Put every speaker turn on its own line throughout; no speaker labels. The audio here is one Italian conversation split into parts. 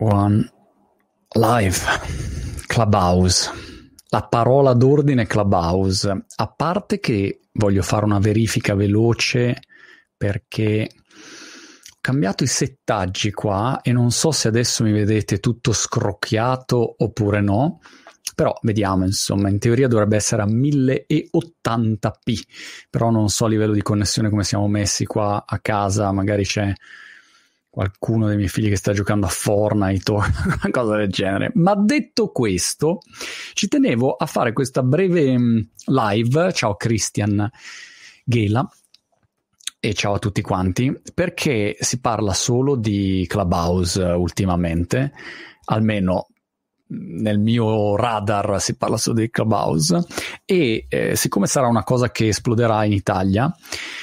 One Live, Clubhouse, la parola d'ordine Clubhouse. A parte che voglio fare una verifica veloce perché ho cambiato i settaggi qua e non so se adesso mi vedete tutto scrocchiato oppure no, però vediamo, insomma, in teoria dovrebbe essere a 1080p, però non so a livello di connessione come siamo messi qua a casa, magari c'è qualcuno dei miei figli che sta giocando a Fortnite o una cosa del genere. Ma detto questo, ci tenevo a fare questa breve live. Ciao Christian Ghela e ciao a tutti quanti, perché si parla solo di Clubhouse ultimamente, almeno nel mio radar si parla solo di Clubhouse e siccome sarà una cosa che esploderà in Italia,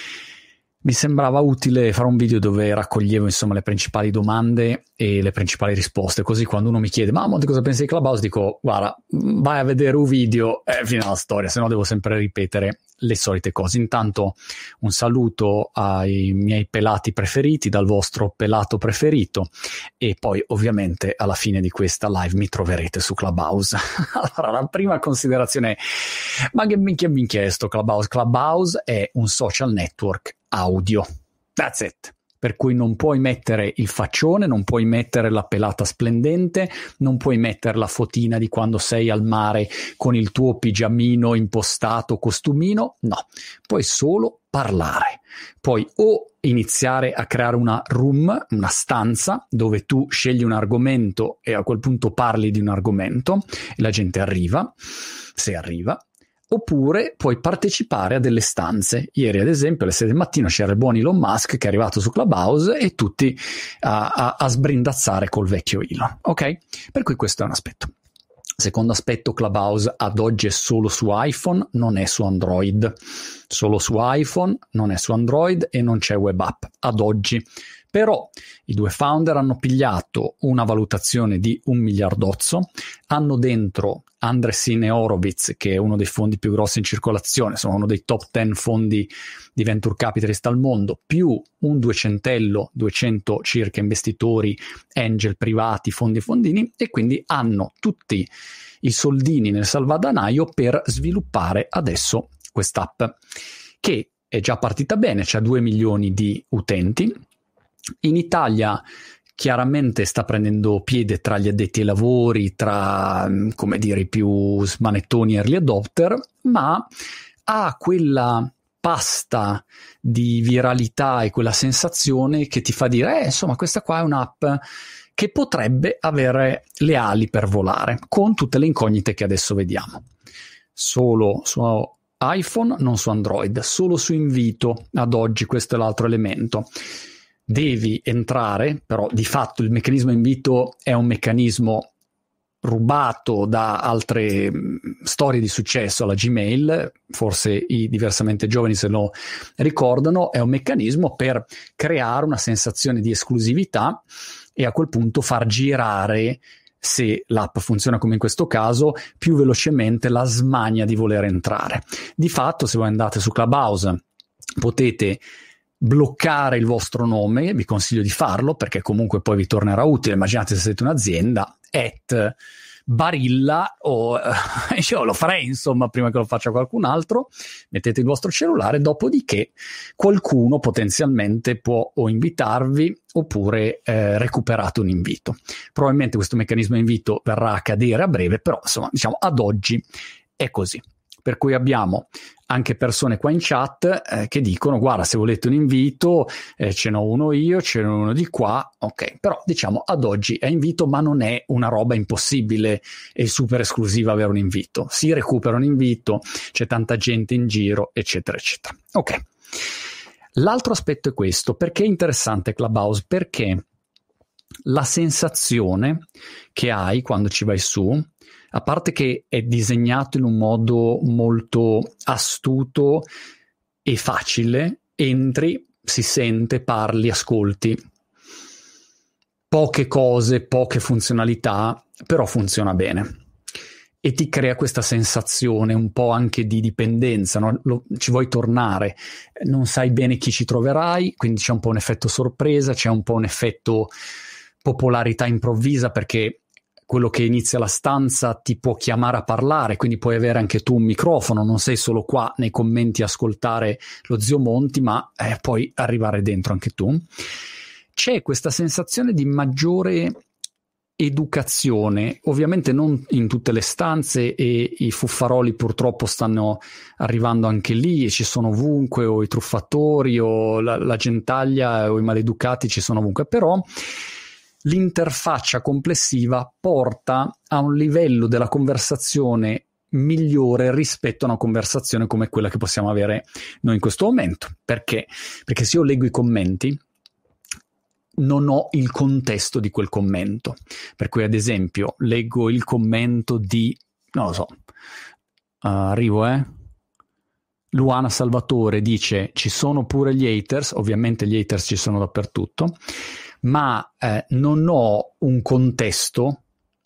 mi sembrava utile fare un video dove raccoglievo insomma le principali domande e le principali risposte, così quando uno mi chiede ma Monti cosa pensi di Clubhouse, dico guarda vai a vedere un video e fine alla storia, se no devo sempre ripetere le solite cose. Intanto un saluto ai miei pelati preferiti dal vostro pelato preferito e poi ovviamente alla fine di questa live mi troverete su Clubhouse. Allora la prima considerazione è ma che minchia è sto Clubhouse? Clubhouse è un social network audio, that's it, per cui non puoi mettere il faccione, non puoi mettere la pelata splendente, non puoi mettere la fotina di quando sei al mare con il tuo pigiamino impostato, costumino, no, puoi solo parlare, puoi o iniziare a creare una room, una stanza dove tu scegli un argomento e a quel punto parli di un argomento e la gente arriva, se arriva, oppure puoi partecipare a delle stanze. Ieri ad esempio alle 6 del mattino c'era il buon Elon Musk che è arrivato su Clubhouse e tutti a sbrindazzare col vecchio Elon, ok? Per cui questo è un aspetto. Secondo aspetto, Clubhouse ad oggi è solo su iPhone, non è su Android, solo su iPhone, non è su Android e non c'è web app ad oggi. Però i due founder hanno pigliato una valutazione di $1 miliardozzo, hanno dentro Andreessen Horowitz, che è uno dei fondi più grossi in circolazione, sono uno dei top 10 fondi di venture capitalist al mondo, più un 200 circa investitori, angel privati, fondi e fondini, e quindi hanno tutti i soldini nel salvadanaio per sviluppare adesso quest'app, che è già partita bene, c'ha 2 milioni di utenti. In Italia chiaramente sta prendendo piede tra gli addetti ai lavori, tra, come dire, i più smanettoni early adopter, ma ha quella pasta di viralità e quella sensazione che ti fa dire insomma questa qua è un'app che potrebbe avere le ali per volare, con tutte le incognite che adesso vediamo. Solo su iPhone, non su Android, solo su invito ad oggi, questo è l'altro elemento. Devi entrare, però di fatto il meccanismo invito è un meccanismo rubato da altre storie di successo alla Gmail, forse i diversamente giovani se lo ricordano, è un meccanismo per creare una sensazione di esclusività e a quel punto far girare, se l'app funziona come in questo caso, più velocemente la smania di voler entrare. Di fatto se voi andate su Clubhouse potete bloccare il vostro nome, vi consiglio di farlo perché comunque poi vi tornerà utile. Immaginate se siete un'azienda @Barilla o io lo farei insomma prima che lo faccia qualcun altro, mettete il vostro cellulare, dopodiché qualcuno potenzialmente può o invitarvi oppure recuperate un invito. Probabilmente questo meccanismo invito verrà a cadere a breve, però insomma diciamo ad oggi è così. Per cui abbiamo anche persone qua in chat che dicono guarda se volete un invito ce n'ho uno io, ce n'ho uno di qua, ok, però diciamo ad oggi è invito ma non è una roba impossibile e super esclusiva avere un invito, si recupera un invito, c'è tanta gente in giro eccetera eccetera. Ok, l'altro aspetto è questo, perché è interessante Clubhouse? Perché la sensazione che hai quando ci vai su, a parte che è disegnato in un modo molto astuto e facile, entri, si sente, parli, ascolti, poche cose, poche funzionalità, però funziona bene e ti crea questa sensazione un po' anche di dipendenza, no? Ci vuoi tornare, non sai bene chi ci troverai, quindi c'è un po' un effetto sorpresa, c'è un po' un effetto popolarità improvvisa, perché quello che inizia la stanza ti può chiamare a parlare, quindi puoi avere anche tu un microfono, non sei solo qua nei commenti a ascoltare lo zio Monti, ma puoi arrivare dentro anche tu. C'è questa sensazione di maggiore educazione, ovviamente non in tutte le stanze, e i fuffaroli purtroppo stanno arrivando anche lì e ci sono ovunque, o i truffatori o la gentaglia o i maleducati ci sono ovunque, però l'interfaccia complessiva porta a un livello della conversazione migliore rispetto a una conversazione come quella che possiamo avere noi in questo momento. Perché? Perché se io leggo i commenti non ho il contesto di quel commento, per cui ad esempio leggo il commento di, non lo so, arrivo, Luana Salvatore dice ci sono pure gli haters, ovviamente gli haters ci sono dappertutto, ma non ho un contesto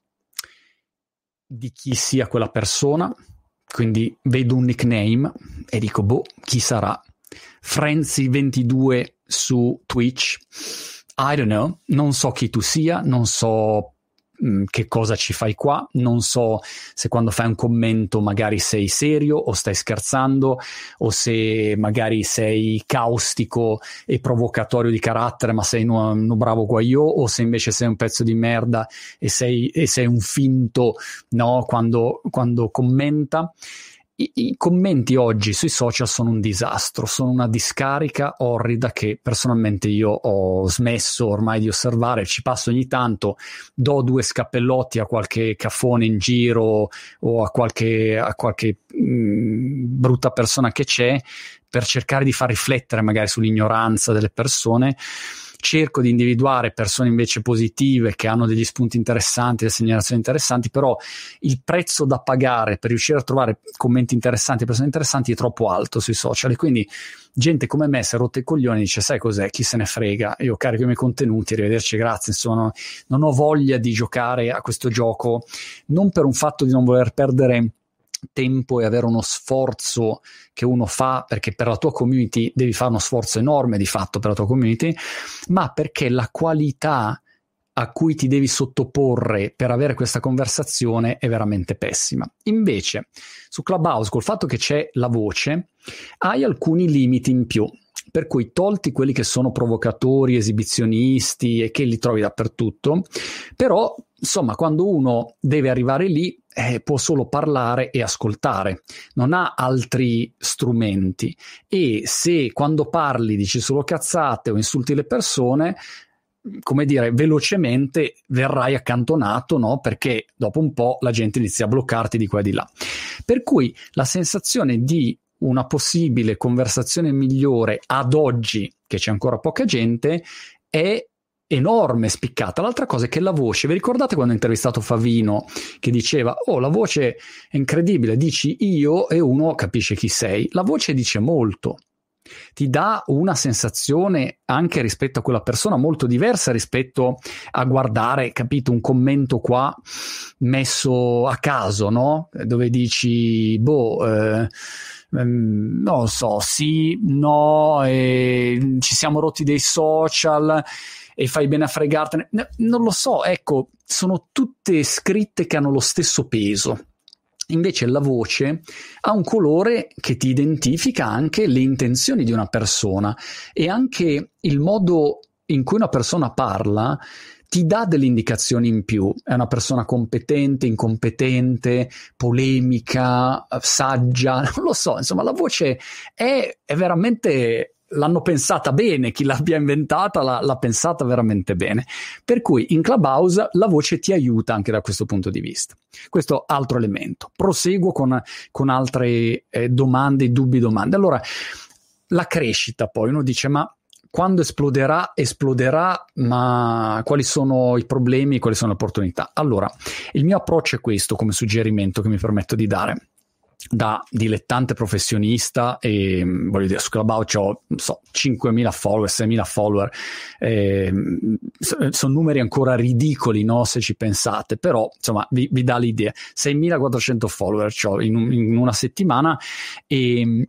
di chi sia quella persona, quindi vedo un nickname e dico boh, chi sarà? Frenzy22 su Twitch, I don't know, non so chi tu sia, non so che cosa ci fai qua, non so se quando fai un commento magari sei serio o stai scherzando, o se magari sei caustico e provocatorio di carattere ma sei uno bravo guagliò, o se invece sei un pezzo di merda e sei un finto, no, quando commenta. I commenti oggi sui social sono un disastro, sono una discarica orrida che personalmente io ho smesso ormai di osservare. Ci passo ogni tanto, do 2 scappellotti a qualche caffone in giro o a qualche brutta persona che c'è, per cercare di far riflettere magari sull'ignoranza delle persone. Cerco di individuare persone invece positive che hanno degli spunti interessanti, delle segnalazioni interessanti, però il prezzo da pagare per riuscire a trovare commenti interessanti e persone interessanti è troppo alto sui social, e quindi gente come me si è rotta i coglioni e dice sai cos'è, chi se ne frega, io carico i miei contenuti, arrivederci, grazie, insomma non ho voglia di giocare a questo gioco, non per un fatto di non voler perdere tempo e avere uno sforzo che uno fa, perché per la tua community devi fare uno sforzo enorme di fatto per la tua community, ma perché la qualità a cui ti devi sottoporre per avere questa conversazione è veramente pessima. Invece su Clubhouse, col fatto che c'è la voce, hai alcuni limiti in più, per cui tolti quelli che sono provocatori, esibizionisti e che li trovi dappertutto, però insomma quando uno deve arrivare lì può solo parlare e ascoltare, non ha altri strumenti, e se quando parli dici solo cazzate o insulti le persone, come dire, velocemente verrai accantonato, no? Perché dopo un po' la gente inizia a bloccarti di qua e di là. Per cui la sensazione di una possibile conversazione migliore ad oggi, che c'è ancora poca gente, è enorme, spiccata. L'altra cosa è che la voce, vi ricordate quando ho intervistato Favino che diceva la voce è incredibile, dici io e uno capisce chi sei. La voce dice molto, ti dà una sensazione anche rispetto a quella persona molto diversa rispetto a guardare, capito, un commento qua messo a caso, no? Dove dici non lo so, sì, no, ci siamo rotti dei social e fai bene a fregartene, non lo so, ecco, sono tutte scritte che hanno lo stesso peso. Invece la voce ha un colore che ti identifica anche le intenzioni di una persona, e anche il modo in cui una persona parla ti dà delle indicazioni in più. È una persona competente, incompetente, polemica, saggia, non lo so, insomma la voce è veramente... L'hanno pensata bene, chi l'abbia inventata l'ha pensata veramente bene. Per cui in Clubhouse la voce ti aiuta anche da questo punto di vista. Questo altro elemento. Proseguo con altre domande, dubbi, domande. Allora, la crescita poi, uno dice ma quando esploderà, ma quali sono i problemi, quali sono le opportunità? Allora, il mio approccio è questo come suggerimento che mi permetto di dare. Da dilettante professionista, e voglio dire, su Clubhouse ho 5.000 follower, 6.000 follower, sono numeri ancora ridicoli, no, se ci pensate, però insomma vi dà l'idea. 6.400 follower c'ho in una settimana, e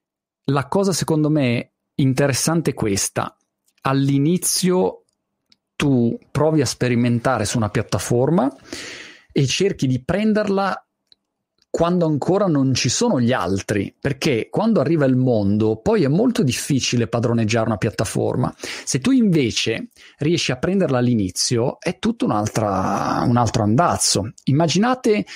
la cosa secondo me interessante è questa: all'inizio tu provi a sperimentare su una piattaforma e cerchi di prenderla quando ancora non ci sono gli altri, perché quando arriva il mondo poi è molto difficile padroneggiare una piattaforma. Se tu invece riesci a prenderla all'inizio è tutto un altro andazzo. Immaginate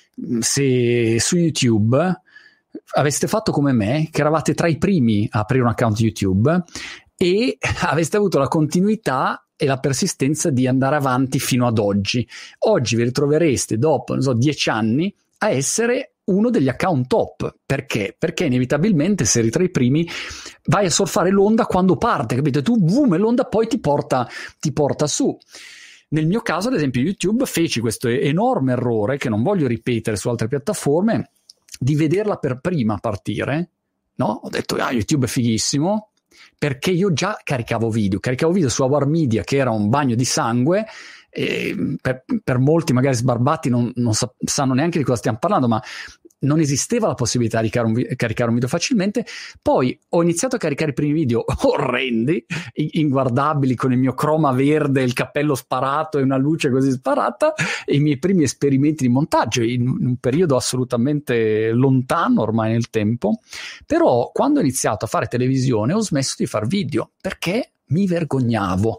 se su YouTube aveste fatto come me, che eravate tra i primi a aprire un account YouTube e aveste avuto la continuità e la persistenza di andare avanti fino ad oggi. Oggi vi ritrovereste dopo, 10 anni a essere uno degli account top. Perché? Perché inevitabilmente, se eri tra i primi, vai a surfare l'onda quando parte, capite? Tu, boom, e l'onda poi ti porta su. Nel mio caso, ad esempio, YouTube feci questo enorme errore, che non voglio ripetere su altre piattaforme, di vederla per prima partire, no? Ho detto, YouTube è fighissimo, perché io già caricavo video su Our Media, che era un bagno di sangue, e per molti magari sbarbati non sanno neanche di cosa stiamo parlando, ma non esisteva la possibilità di caricare un video facilmente. Poi ho iniziato a caricare i primi video orrendi, inguardabili, con il mio croma verde, il cappello sparato e una luce così sparata, e i miei primi esperimenti di montaggio in un periodo assolutamente lontano ormai nel tempo. Però quando ho iniziato a fare televisione ho smesso di far video, perché mi vergognavo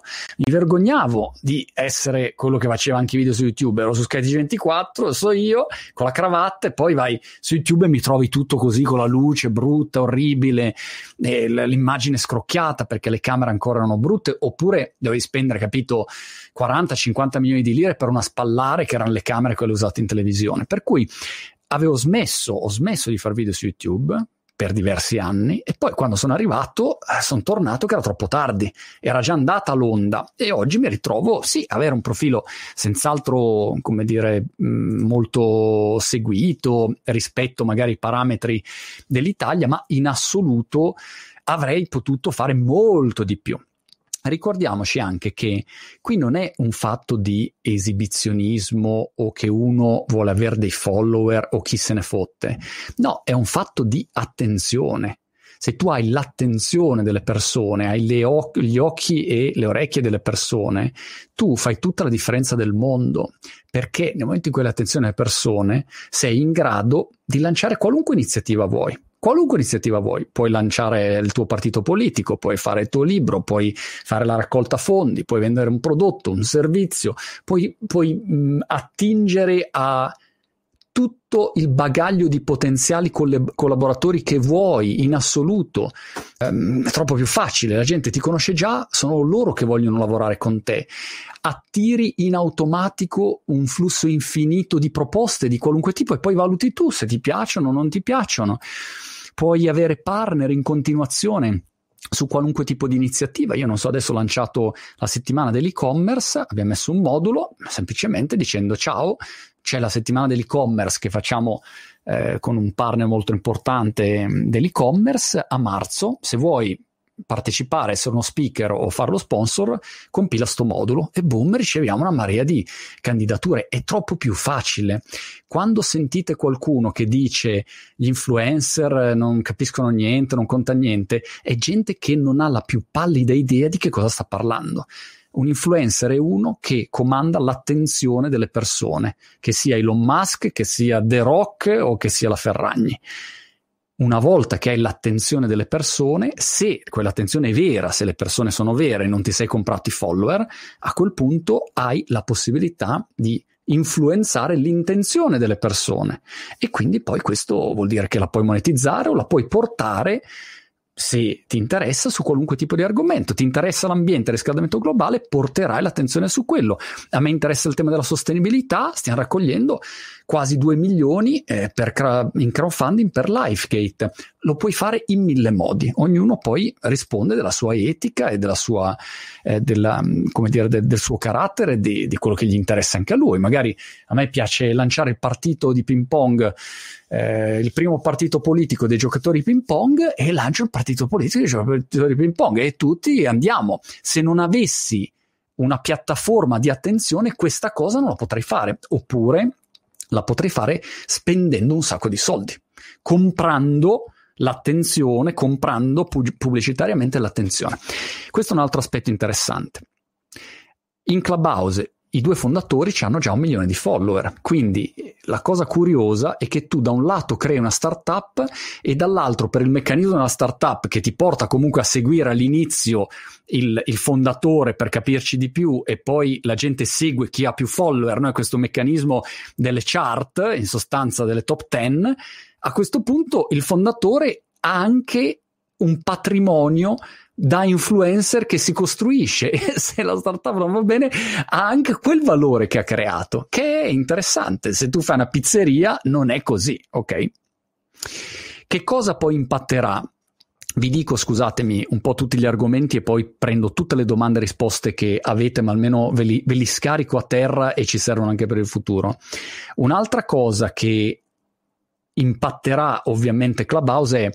di essere quello che faceva anche i video su YouTube. Ero su Sky24, so io, con la cravatta, e poi vai su YouTube e mi trovi tutto così, con la luce brutta, orribile, l'immagine scrocchiata perché le camere ancora erano brutte, oppure dovevi spendere, capito, 40-50 milioni di lire per una spallare, che erano le camere quelle usate in televisione. Per cui ho smesso di far video su YouTube per diversi anni, e poi quando sono arrivato sono tornato che era troppo tardi, era già andata l'onda, e oggi mi ritrovo avere un profilo senz'altro, come dire, molto seguito rispetto magari ai parametri dell'Italia, ma in assoluto avrei potuto fare molto di più. Ricordiamoci anche che qui non è un fatto di esibizionismo o che uno vuole avere dei follower o chi se ne fotte. No, è un fatto di attenzione. Se tu hai l'attenzione delle persone, hai gli occhi e le orecchie delle persone, tu fai tutta la differenza del mondo, perché nel momento in cui hai l'attenzione delle persone sei in grado di lanciare qualunque iniziativa vuoi. Puoi lanciare il tuo partito politico, puoi fare il tuo libro, puoi fare la raccolta fondi, puoi vendere un prodotto, un servizio, puoi attingere a tutto il bagaglio di potenziali collaboratori che vuoi in assoluto. È troppo più facile, la gente ti conosce già, sono loro che vogliono lavorare con te. Attiri in automatico un flusso infinito di proposte di qualunque tipo, e poi valuti tu se ti piacciono o non ti piacciono. Puoi avere partner in continuazione su qualunque tipo di iniziativa. Io non so, adesso ho lanciato la settimana dell'e-commerce, abbiamo messo un modulo semplicemente dicendo: ciao, c'è la settimana dell'e-commerce che facciamo con un partner molto importante dell'e-commerce a marzo. Se vuoi partecipare, essere uno speaker o fare lo sponsor, compila sto modulo e boom, riceviamo una marea di candidature. È troppo più facile. Quando sentite qualcuno che dice gli influencer non capiscono niente, non conta niente, è gente che non ha la più pallida idea di che cosa sta parlando. Un influencer è uno che comanda l'attenzione delle persone, che sia Elon Musk, che sia The Rock o che sia la Ferragni. Una volta che hai l'attenzione delle persone, se quell'attenzione è vera, se le persone sono vere e non ti sei comprato i follower, a quel punto hai la possibilità di influenzare l'intenzione delle persone, e quindi poi questo vuol dire che la puoi monetizzare o la puoi portare, se ti interessa, su qualunque tipo di argomento. Ti interessa l'ambiente, il riscaldamento globale, porterai l'attenzione su quello. A me interessa il tema della sostenibilità, stiamo raccogliendo quasi 2 milioni in crowdfunding per Lifegate. Lo puoi fare in 1000 modi, ognuno poi risponde della sua etica e della sua del suo carattere, di quello che gli interessa anche a lui. Magari a me piace lanciare il partito di ping pong, il primo partito politico dei giocatori di ping pong, e lancio il partito politico dei giocatori di ping pong e tutti andiamo. Se non avessi una piattaforma di attenzione, questa cosa non la potrei fare, oppure la potrei fare spendendo un sacco di soldi, comprando l'attenzione, comprando pubblicitariamente l'attenzione. Questo è un altro aspetto interessante. In Clubhouse i due fondatori hanno già 1 milione di follower, quindi la cosa curiosa è che tu da un lato crei una startup e dall'altro, per il meccanismo della startup che ti porta comunque a seguire all'inizio il fondatore per capirci di più e poi la gente segue chi ha più follower, no? È questo meccanismo delle chart, in sostanza delle top 10, a questo punto il fondatore ha anche un patrimonio da influencer che si costruisce, e se la startup non va bene ha anche quel valore che ha creato, che è interessante. Se tu fai una pizzeria non è così, ok? Che cosa poi impatterà? Vi dico, scusatemi, un po' tutti gli argomenti e poi prendo tutte le domande e risposte che avete, ma almeno ve li scarico a terra e ci servono anche per il futuro. Un'altra cosa che impatterà ovviamente Clubhouse è: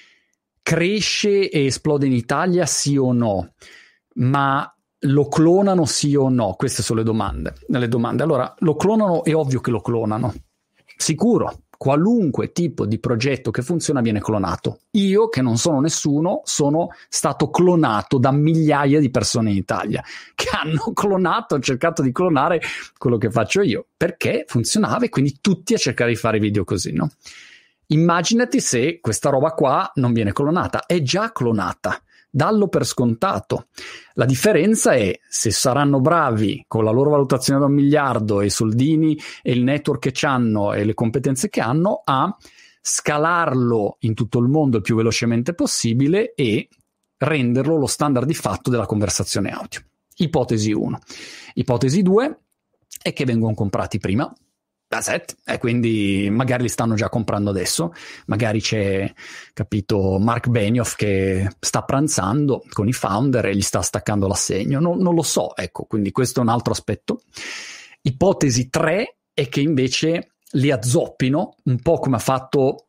cresce e esplode in Italia, sì o no? Ma lo clonano, sì o no? Queste sono le domande. Allora, lo clonano, è ovvio che lo clonano. Sicuro, qualunque tipo di progetto che funziona viene clonato. Io, che non sono nessuno, sono stato clonato da migliaia di persone in Italia che hanno clonato, cercato di clonare quello che faccio io, perché funzionava, e quindi tutti a cercare di fare video così, no? Immaginati se questa roba qua non viene clonata, è già clonata, dallo per scontato. La differenza è se saranno bravi con la loro valutazione da 1 miliardo e i soldini e il network che hanno e le competenze che hanno a scalarlo in tutto il mondo il più velocemente possibile e renderlo lo standard di fatto della conversazione audio. Ipotesi 1. Ipotesi 2 è che vengono comprati prima da set, e quindi magari li stanno già comprando adesso, magari c'è, capito, Mark Benioff che sta pranzando con i founder e gli sta staccando l'assegno, non lo so, ecco, quindi questo è un altro aspetto. Ipotesi 3 è che invece li azzoppino, un po' come ha fatto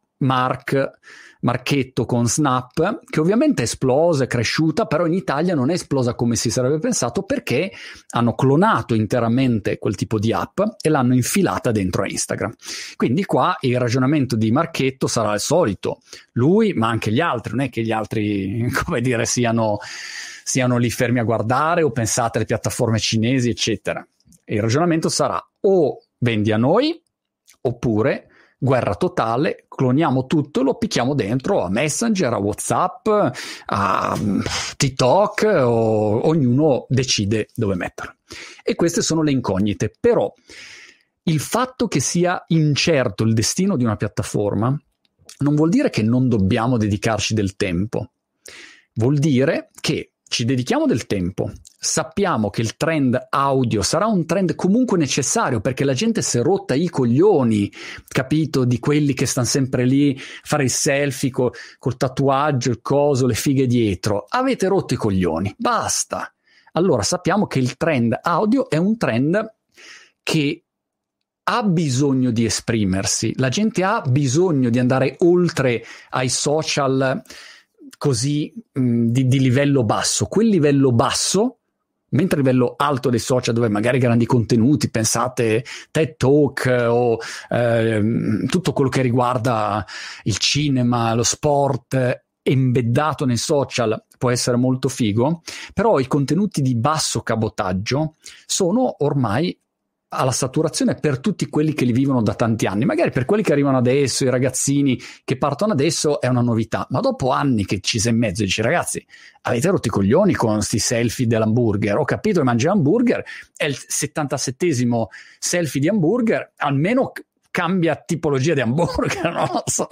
Marchetto con Snap, che ovviamente è esplosa, è cresciuta, però in Italia non è esplosa come si sarebbe pensato, perché hanno clonato interamente quel tipo di app e l'hanno infilata dentro a Instagram. Quindi qua il ragionamento di Marchetto sarà il solito, lui ma anche gli altri, non è che gli altri, come dire, siano lì fermi a guardare o pensate alle piattaforme cinesi eccetera. Il ragionamento sarà: o vendi a noi oppure guerra totale, cloniamo tutto e lo picchiamo dentro a Messenger, a WhatsApp, a TikTok, o ognuno decide dove metterlo. E queste sono le incognite. Però il fatto che sia incerto il destino di una piattaforma non vuol dire che non dobbiamo dedicarci del tempo. Vuol dire che ci dedichiamo del tempo, sappiamo che il trend audio sarà un trend comunque necessario, perché la gente si è rotta i coglioni, capito, di quelli che stanno sempre lì a fare il selfie col tatuaggio, il coso, le fighe dietro. Avete rotto i coglioni, basta. Allora sappiamo che il trend audio è un trend che ha bisogno di esprimersi, la gente ha bisogno di andare oltre ai social così di livello basso. Quel livello basso, mentre il livello alto dei social, dove magari grandi contenuti, pensate TED Talk o tutto quello che riguarda il cinema, lo sport, embeddato nei social, può essere molto figo, però i contenuti di basso cabotaggio sono ormai alla saturazione per tutti quelli che li vivono da tanti anni. Magari per quelli che arrivano adesso, i ragazzini che partono adesso, è una novità, ma dopo anni che ci sei in mezzo e dici: ragazzi, avete rotto i coglioni con sti selfie dell'hamburger, ho capito che mangi hamburger, è il 77esimo selfie di hamburger, almeno cambia tipologia di hamburger, non lo so.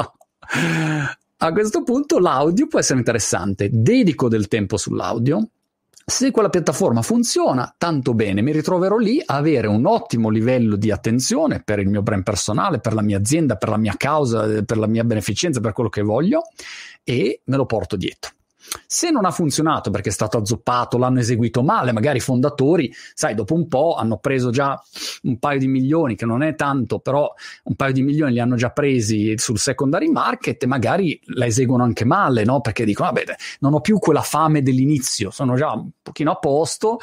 A questo punto l'audio può essere interessante, dedico del tempo sull'audio. Se quella piattaforma funziona, tanto bene, mi ritroverò lì a avere un ottimo livello di attenzione per il mio brand personale, per la mia azienda, per la mia causa, per la mia beneficenza, per quello che voglio, e me lo porto dietro. Se non ha funzionato perché è stato azzoppato, l'hanno eseguito male, magari i fondatori, sai, dopo un po' hanno preso già un paio di milioni, che non è tanto, però un paio di milioni li hanno già presi sul secondary market e magari la eseguono anche male, no? Perché dicono: vabbè, non ho più quella fame dell'inizio, sono già un pochino a posto,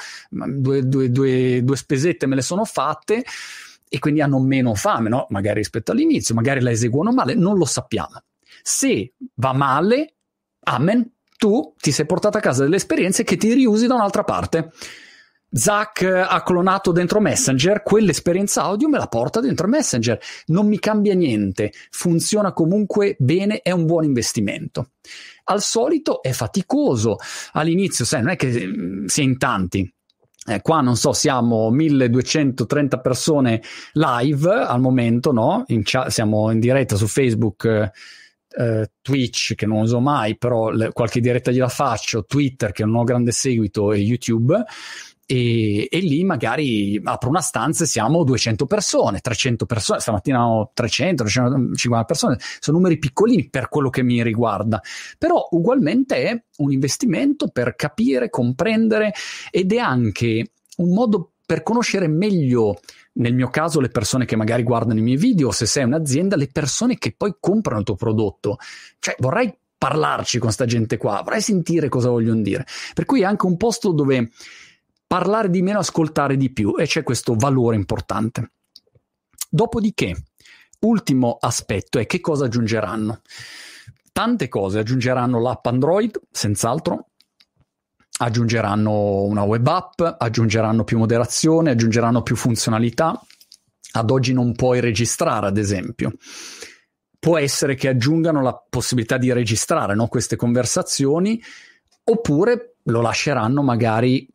due spesette me le sono fatte, e quindi hanno meno fame, no? Magari rispetto all'inizio, magari la eseguono male, non lo sappiamo. Se va male, amen, tu ti sei portato a casa delle esperienze che ti riusi da un'altra parte. Zach ha clonato dentro Messenger, quell'esperienza audio me la porta dentro Messenger, non mi cambia niente, funziona comunque bene, è un buon investimento. Al solito è faticoso, all'inizio sai, non è che si è in tanti. Qua non so, siamo 1230 persone live al momento, no? Siamo in diretta su Facebook, Twitch che non uso mai, però qualche diretta gliela faccio, Twitter che non ho grande seguito e YouTube. E lì magari apro una stanza e siamo 200 persone, 300 persone, stamattina ho 300, 350 persone, sono numeri piccolini per quello che mi riguarda, però ugualmente è un investimento per capire, comprendere, ed è anche un modo per conoscere meglio, nel mio caso, le persone che magari guardano i miei video, se sei un'azienda, le persone che poi comprano il tuo prodotto. Cioè vorrei parlarci con sta gente qua, vorrei sentire cosa vogliono dire, per cui è anche un posto dove parlare di meno, ascoltare di più, e c'è questo valore importante. Dopodiché, ultimo aspetto è che cosa aggiungeranno. Tante cose, aggiungeranno l'app Android, senz'altro, aggiungeranno una web app, aggiungeranno più moderazione, aggiungeranno più funzionalità. Ad oggi non puoi registrare, ad esempio. Può essere che aggiungano la possibilità di registrare, no, queste conversazioni, oppure lo lasceranno magari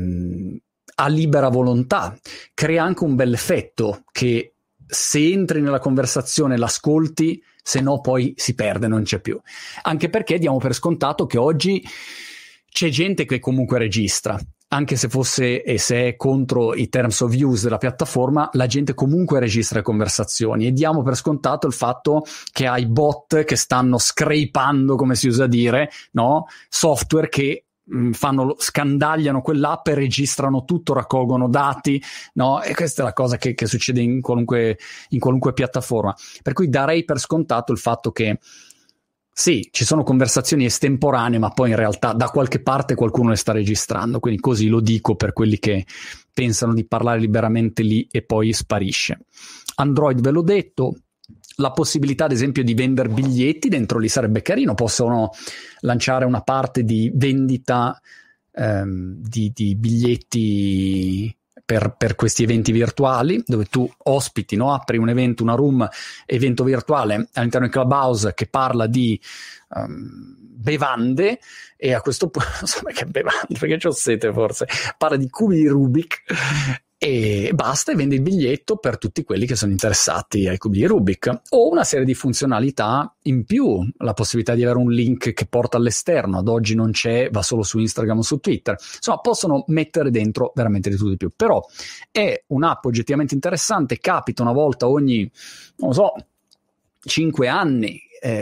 a libera volontà. Crea anche un bel effetto che se entri nella conversazione l'ascolti, se no poi si perde, non c'è più, anche perché diamo per scontato che oggi c'è gente che comunque registra, anche se fosse e se è contro i terms of use della piattaforma, la gente comunque registra le conversazioni, e diamo per scontato il fatto che hai bot che stanno scrapando, come si usa dire, no? Software che scandagliano quell'app e registrano tutto, raccolgono dati, no? E questa è la cosa che succede in qualunque piattaforma, per cui darei per scontato il fatto che sì, ci sono conversazioni estemporanee, ma poi in realtà da qualche parte qualcuno le sta registrando, quindi così lo dico per quelli che pensano di parlare liberamente lì e poi sparisce. Android ve l'ho detto. La possibilità ad esempio di vendere biglietti dentro lì sarebbe carino, possono lanciare una parte di vendita di biglietti per questi eventi virtuali, dove tu ospiti, no? Apri un evento, una room, evento virtuale all'interno di Clubhouse che parla di bevande, e a questo punto non so che bevande, perché c'ho sete forse, parla di cubi di Rubik e basta, e vende il biglietto per tutti quelli che sono interessati ai cubi di Rubik, o una serie di funzionalità in più, la possibilità di avere un link che porta all'esterno, ad oggi non c'è, va solo su Instagram o su Twitter, insomma possono mettere dentro veramente di tutto di più, però è un'app oggettivamente interessante, capita una volta ogni, non lo so, 5 anni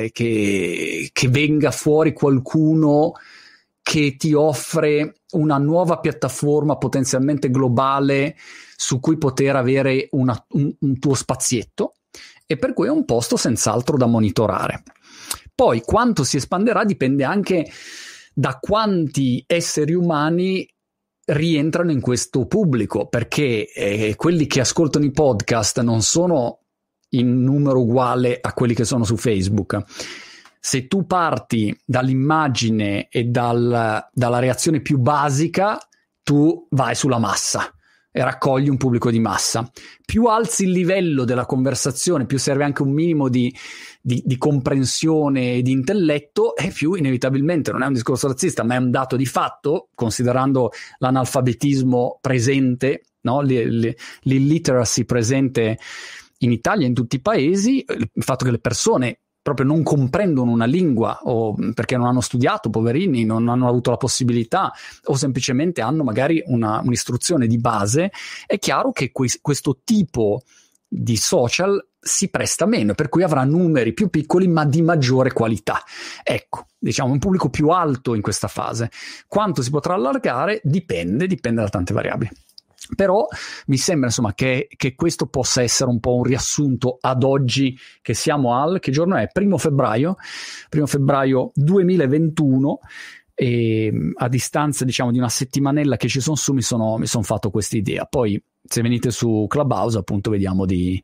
che venga fuori qualcuno che ti offre una nuova piattaforma potenzialmente globale su cui poter avere un tuo spazietto, e per cui è un posto senz'altro da monitorare. Poi quanto si espanderà dipende anche da quanti esseri umani rientrano in questo pubblico, perché quelli che ascoltano i podcast non sono in numero uguale a quelli che sono su Facebook. Se tu parti dall'immagine e dalla reazione più basica, tu vai sulla massa e raccogli un pubblico di massa. Più alzi il livello della conversazione, più serve anche un minimo di comprensione e di intelletto, e più inevitabilmente, non è un discorso razzista, ma è un dato di fatto, considerando l'analfabetismo presente, no? L'illiteracy presente in Italia e in tutti i paesi, il fatto che le persone proprio non comprendono una lingua, o perché non hanno studiato, poverini, non hanno avuto la possibilità, o semplicemente hanno magari un'istruzione di base, è chiaro che questo tipo di social si presta meno, per cui avrà numeri più piccoli ma di maggiore qualità. Ecco, diciamo un pubblico più alto in questa fase. Quanto si potrà allargare dipende da tante variabili. Però mi sembra insomma che questo possa essere un po' un riassunto ad oggi, che siamo che giorno è? 1 febbraio 2021, e a distanza diciamo di una settimanella che ci sono su mi sono fatto questa idea. Poi se venite su Clubhouse appunto vediamo di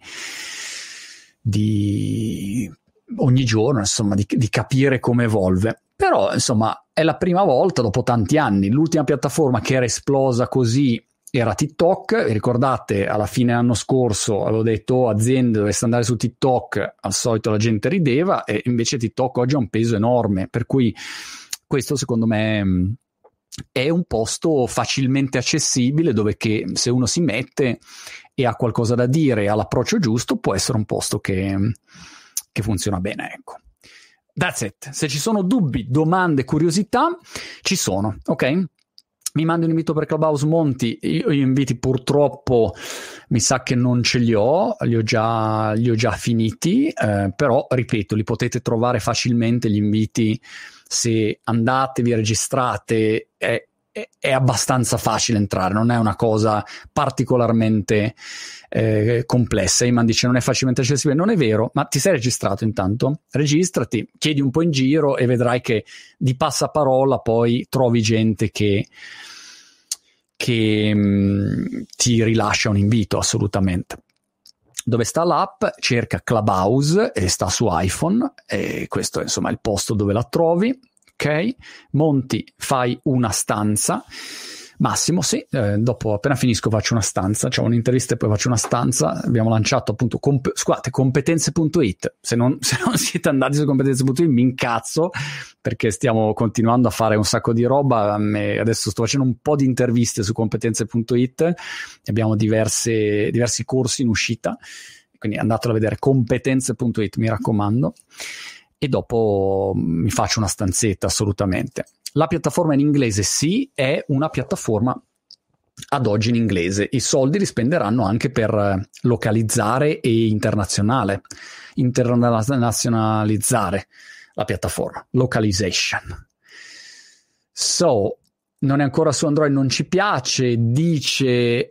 ogni giorno insomma di capire come evolve. Però insomma è la prima volta dopo tanti anni, l'ultima piattaforma che era esplosa così era TikTok. Ricordate, alla fine anno scorso avevo detto aziende dovreste andare su TikTok, al solito la gente rideva, e invece TikTok oggi ha un peso enorme, per cui questo secondo me è un posto facilmente accessibile, dove che se uno si mette e ha qualcosa da dire e ha l'approccio giusto, può essere un posto che funziona bene, ecco. That's it. Se ci sono dubbi, domande, curiosità, ci sono, ok? Mi mandi un invito per Clubhouse Monti. Io gli inviti purtroppo mi sa che non ce li ho già finiti, però ripeto, li potete trovare facilmente gli inviti. Se andate, vi registrate, è abbastanza facile entrare, non è una cosa particolarmente complessa. Iman dice non è facilmente accessibile, non è vero, ma ti sei registrato intanto? Registrati, chiedi un po' in giro e vedrai che di passaparola poi trovi gente che ti rilascia un invito, assolutamente. Dove sta l'app? Cerca Clubhouse e sta su iPhone, e questo è insomma il posto dove la trovi. Ok, Monti, fai una stanza. Massimo, sì, dopo appena finisco faccio una stanza, c'ho un'intervista e poi faccio una stanza. Abbiamo lanciato appunto competenze.it. Se non siete andati su competenze.it mi incazzo, perché stiamo continuando a fare un sacco di roba. Adesso sto facendo un po' di interviste su competenze.it, abbiamo diversi corsi in uscita, quindi andatelo a vedere, competenze.it, mi raccomando. E dopo mi faccio una stanzetta, assolutamente. La piattaforma in inglese sì, è una piattaforma ad oggi in inglese. I soldi li spenderanno anche per localizzare e internazionalizzare la piattaforma. Localization. So, non è ancora su Android, non ci piace, dice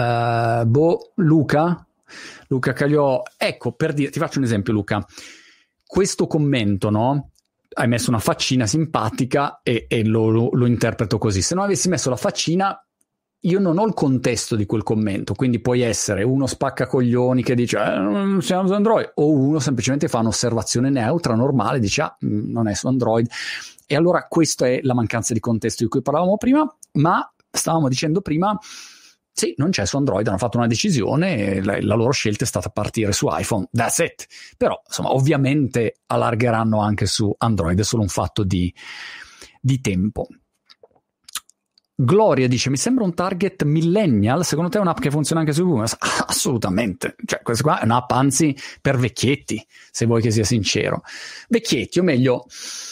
Luca Cagliò. Ecco, per dire, ti faccio un esempio, Luca. Questo commento, no? Hai messo una faccina simpatica e lo interpreto così. Se non avessi messo la faccina, io non ho il contesto di quel commento, quindi puoi essere uno spaccacoglioni che dice non siamo su Android, o uno semplicemente fa un'osservazione neutra, normale, dice non è su Android. E allora questa è la mancanza di contesto di cui parlavamo prima, ma stavamo dicendo prima, sì, non c'è su Android, hanno fatto una decisione, la loro scelta è stata partire su iPhone, that's it. Però, insomma, ovviamente allargheranno anche su Android, è solo un fatto di tempo. Gloria dice, mi sembra un target millennial, secondo te è un'app che funziona anche su Google? Assolutamente, cioè questa qua è un'app anzi per vecchietti, se vuoi che sia sincero. Vecchietti, o meglio...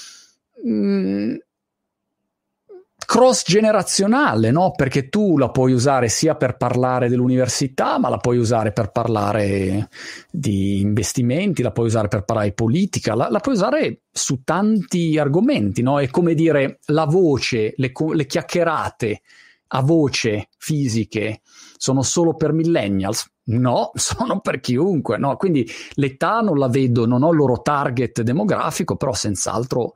cross generazionale, no? Perché tu la puoi usare sia per parlare dell'università, ma la puoi usare per parlare di investimenti, la puoi usare per parlare di politica, la puoi usare su tanti argomenti, no? È come dire, la voce, le chiacchierate a voce fisiche sono solo per millennials? No, sono per chiunque, no? Quindi l'età non la vedo, non ho il loro target demografico, però senz'altro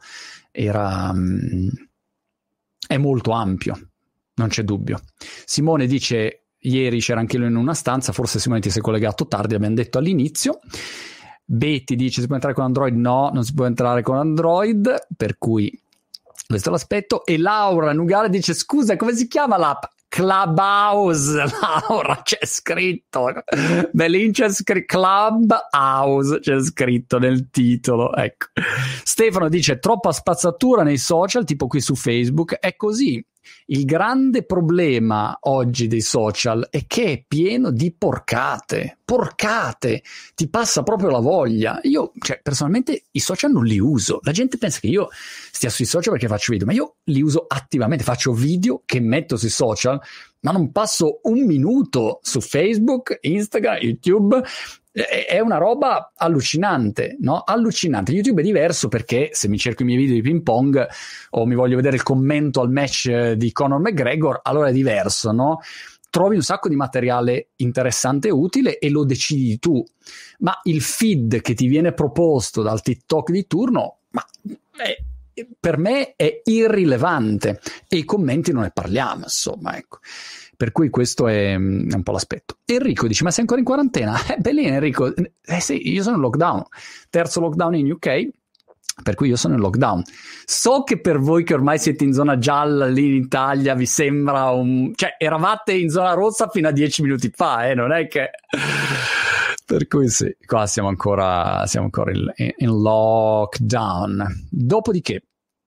è molto ampio, non c'è dubbio. Simone dice, ieri c'era anche lui in una stanza, forse Simone ti sei collegato tardi, abbiamo detto all'inizio. Betty dice, si può entrare con Android? No, non si può entrare con Android, per cui questo è l'aspetto. E Laura Nugare dice, scusa, come si chiama l'app? Clubhouse, Laura, c'è scritto, Belin c'è scritto Clubhouse, c'è scritto nel titolo, ecco. Stefano dice troppa spazzatura nei social, tipo qui su Facebook. È così. Il grande problema oggi dei social è che è pieno di porcate, ti passa proprio la voglia. Io, personalmente i social non li uso, la gente pensa che io stia sui social perché faccio video, ma io li uso attivamente, faccio video che metto sui social, ma non passo un minuto su Facebook, Instagram, YouTube. È una roba allucinante, no? Allucinante. YouTube è diverso perché se mi cerco i miei video di ping pong o mi voglio vedere il commento al match di Conor McGregor, allora è diverso, no? Trovi un sacco di materiale interessante e utile e lo decidi tu. Ma il feed che ti viene proposto dal TikTok di turno, per me è irrilevante, e i commenti non ne parliamo, insomma, ecco. Per cui questo è un po' l'aspetto. Enrico dice, ma sei ancora in quarantena? Bellino Enrico, sì, io sono in lockdown, terzo lockdown in UK, Per cui io sono in lockdown. So che per voi che ormai siete in zona gialla lì in Italia vi sembra cioè eravate in zona rossa fino a 10 minuti fa, non è che... Per cui sì, qua siamo ancora in lockdown. Dopodiché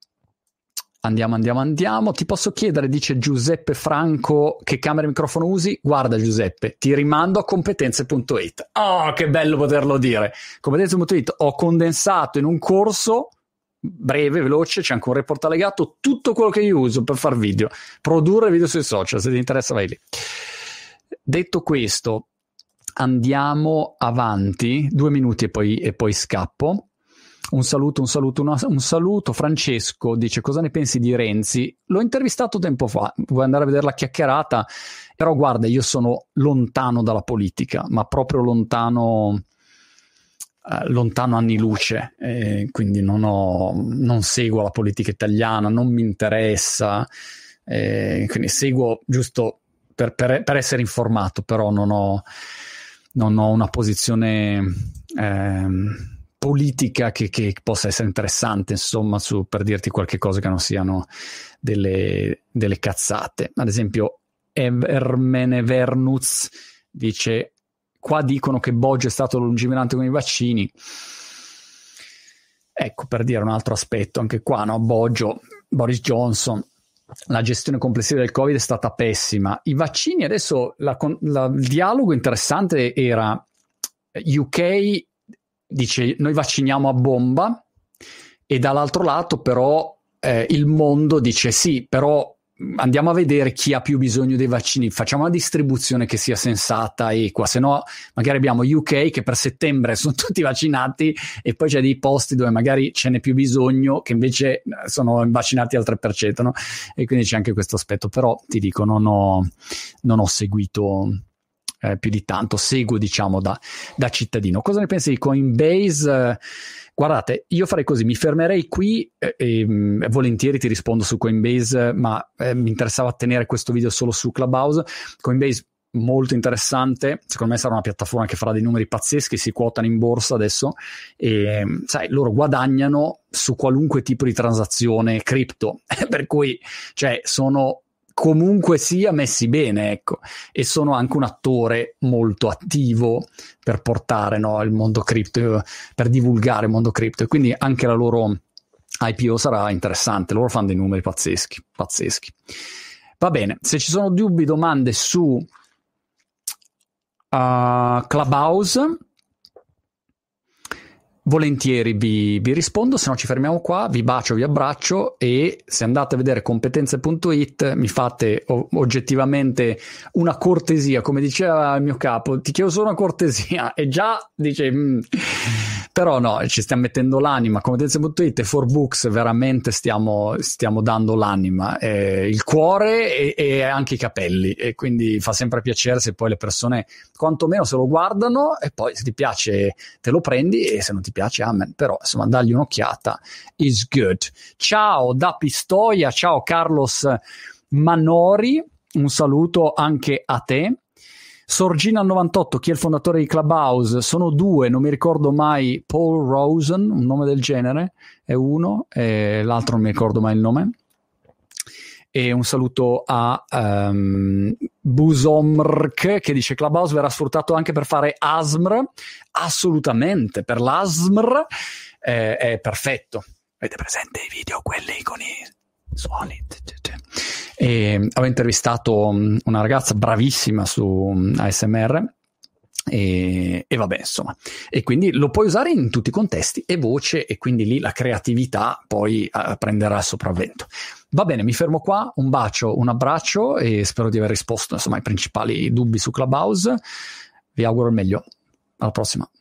andiamo. Ti posso chiedere, dice Giuseppe Franco, che camera e microfono usi? Guarda Giuseppe, ti rimando a competenze.it. Oh, che bello poterlo dire. Competenze.it, ho condensato in un corso breve, veloce, c'è anche un report allegato, tutto quello che io uso per far video, produrre video sui social, se ti interessa vai lì. Detto questo, andiamo avanti, 2 minuti e poi scappo. Un saluto. Francesco dice: cosa ne pensi di Renzi? L'ho intervistato tempo fa, vuoi andare a vedere la chiacchierata? Però guarda, io sono lontano dalla politica, ma proprio lontano anni luce, quindi non seguo la politica italiana, non mi interessa, quindi seguo giusto per essere informato, però non ho una posizione politica che possa essere interessante, insomma, per dirti qualche cosa che non siano delle cazzate. Ad esempio Ermene Vernuz dice: qua dicono che Boggio è stato lungimirante con i vaccini. Ecco, per dire un altro aspetto anche qua, no? Boggio, Boris Johnson, la gestione complessiva del Covid è stata pessima. I vaccini adesso, il dialogo interessante era UK dice noi vacciniamo a bomba, e dall'altro lato però il mondo dice sì, però andiamo a vedere chi ha più bisogno dei vaccini, facciamo una distribuzione che sia sensata, equa, se no magari abbiamo UK che per settembre sono tutti vaccinati e poi c'è dei posti dove magari ce n'è più bisogno che invece sono vaccinati al 3%, no? E quindi c'è anche questo aspetto, però ti dico non ho seguito più di tanto, seguo diciamo da cittadino. Cosa ne pensi di Coinbase? Guardate, io farei così, mi fermerei qui e volentieri ti rispondo su Coinbase, ma mi interessava tenere questo video solo su Clubhouse. Coinbase molto interessante, secondo me sarà una piattaforma che farà dei numeri pazzeschi, si quotano in borsa adesso e sai, loro guadagnano su qualunque tipo di transazione cripto, per cui cioè sono comunque sia messi bene, ecco, e sono anche un attore molto attivo per portare, no, il mondo cripto, per divulgare il mondo cripto, e quindi anche la loro IPO sarà interessante. Loro fanno dei numeri pazzeschi. Va bene, se ci sono dubbi, domande su Clubhouse, volentieri vi rispondo, se no ci fermiamo qua, vi bacio, vi abbraccio, e se andate a vedere competenze.it mi fate oggettivamente una cortesia, come diceva il mio capo, ti chiedo solo una cortesia, e già dice però no, ci stiamo mettendo l'anima. Competenze.it e 4Books veramente stiamo dando l'anima, il cuore e anche i capelli, e quindi fa sempre piacere se poi le persone quantomeno se lo guardano, e poi se ti piace te lo prendi, e se non ti piace amen, però insomma dagli un'occhiata, is good. Ciao da Pistoia, ciao Carlos Manori, un saluto anche a te. Sorgina al 98, chi è il fondatore di Clubhouse? Sono 2, non mi ricordo mai. Paul Rosen, un nome del genere, è uno, e l'altro non mi ricordo mai il nome. E un saluto a Busomrk che dice: Clubhouse verrà sfruttato anche per fare ASMR. Assolutamente, per l'ASMR è perfetto. Avete presente i video quelli con i suoni? E avevo intervistato una ragazza bravissima su ASMR e vabbè, insomma, e quindi lo puoi usare in tutti i contesti, e voce, e quindi lì la creatività poi prenderà il sopravvento. Va bene, mi fermo qua, un bacio, un abbraccio, e spero di aver risposto insomma ai principali dubbi su Clubhouse. Vi auguro il meglio, alla prossima.